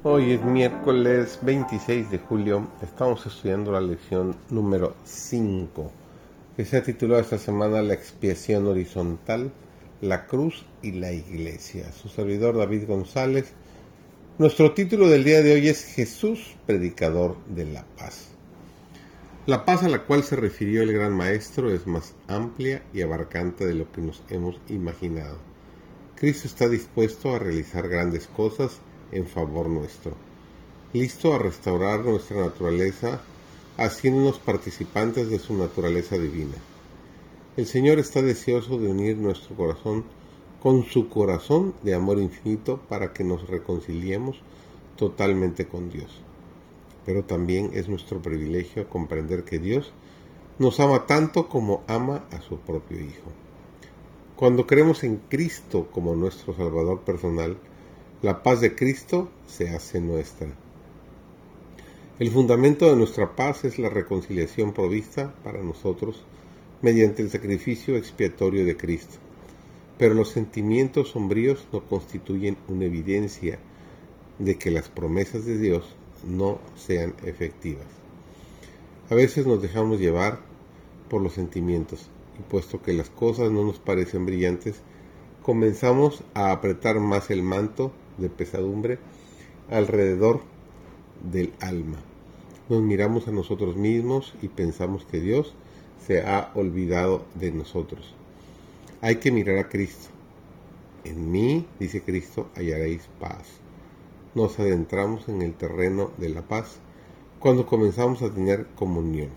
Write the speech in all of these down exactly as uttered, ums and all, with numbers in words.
Hoy es miércoles veintiséis de julio, estamos estudiando la lección número cinco, que se ha titulado esta semana La expiación horizontal, la cruz y la iglesia. Su servidor David González. Nuestro título del día de hoy es Jesús, predicador de la paz. La paz a la cual se refirió el gran maestro es más amplia y abarcante de lo que nos hemos imaginado. Cristo está dispuesto a realizar grandes cosas en favor nuestro, listo a restaurar nuestra naturaleza, haciéndonos participantes de su naturaleza divina. El Señor está deseoso de unir nuestro corazón con su corazón de amor infinito para que nos reconciliemos totalmente con Dios. Pero también es nuestro privilegio comprender que Dios nos ama tanto como ama a su propio Hijo. Cuando creemos en Cristo como nuestro Salvador personal, la paz de Cristo se hace nuestra. El fundamento de nuestra paz es la reconciliación provista para nosotros mediante el sacrificio expiatorio de Cristo. Pero los sentimientos sombríos no constituyen una evidencia de que las promesas de Dios no sean efectivas. A veces nos dejamos llevar por los sentimientos, y puesto que las cosas no nos parecen brillantes, comenzamos a apretar más el manto de pesadumbre alrededor del alma. Nos miramos a nosotros mismos y pensamos que Dios se ha olvidado de nosotros. Hay que mirar a Cristo. En mí, dice Cristo, hallaréis paz. Nos adentramos en el terreno de la paz cuando comenzamos a tener comunión.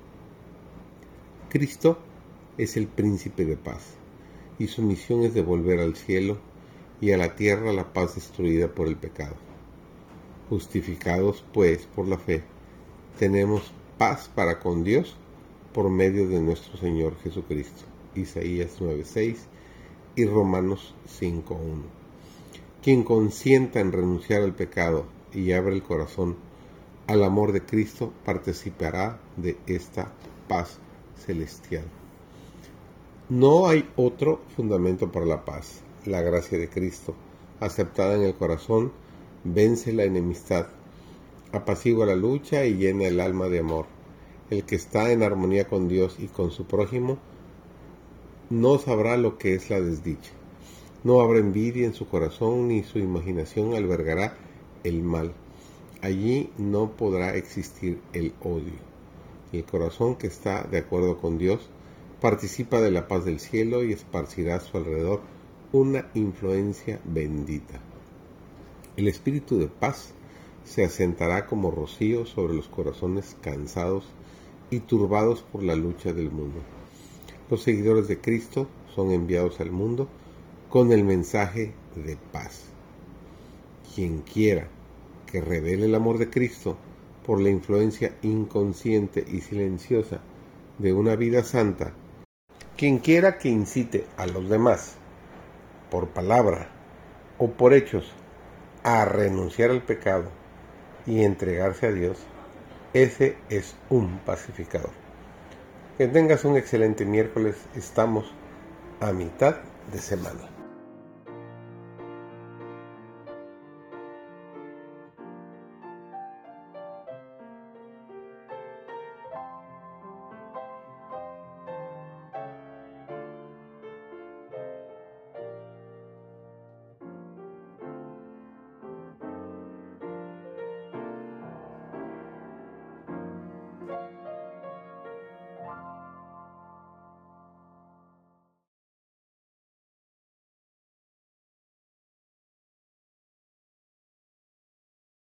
Cristo es el príncipe de paz, y su misión es devolver al cielo y a la tierra la paz destruida por el pecado. Justificados, pues, por la fe, tenemos paz para con Dios por medio de nuestro Señor Jesucristo. Isaías nueve seis y Romanos cinco uno. Quien consienta en renunciar al pecado y abre el corazón al amor de Cristo participará de esta paz celestial. No hay otro fundamento para la paz. La gracia de Cristo, aceptada en el corazón, vence la enemistad, apacigua la lucha y llena el alma de amor. El que está en armonía con Dios y con su prójimo no sabrá lo que es la desdicha. No habrá envidia en su corazón, ni su imaginación albergará el mal. Allí no podrá existir el odio. El corazón que está de acuerdo con Dios participa de la paz del cielo y esparcirá a su alrededor una influencia bendita. El espíritu de paz se asentará como rocío sobre los corazones cansados y turbados por la lucha del mundo. Los seguidores de Cristo son enviados al mundo con el mensaje de paz. Quien quiera que revele el amor de Cristo por la influencia inconsciente y silenciosa de una vida santa, quien quiera que incite a los demás, por palabra o por hechos, a renunciar al pecado y entregarse a Dios, ese es un pacificador. Que tengas un excelente miércoles, estamos a mitad de semana.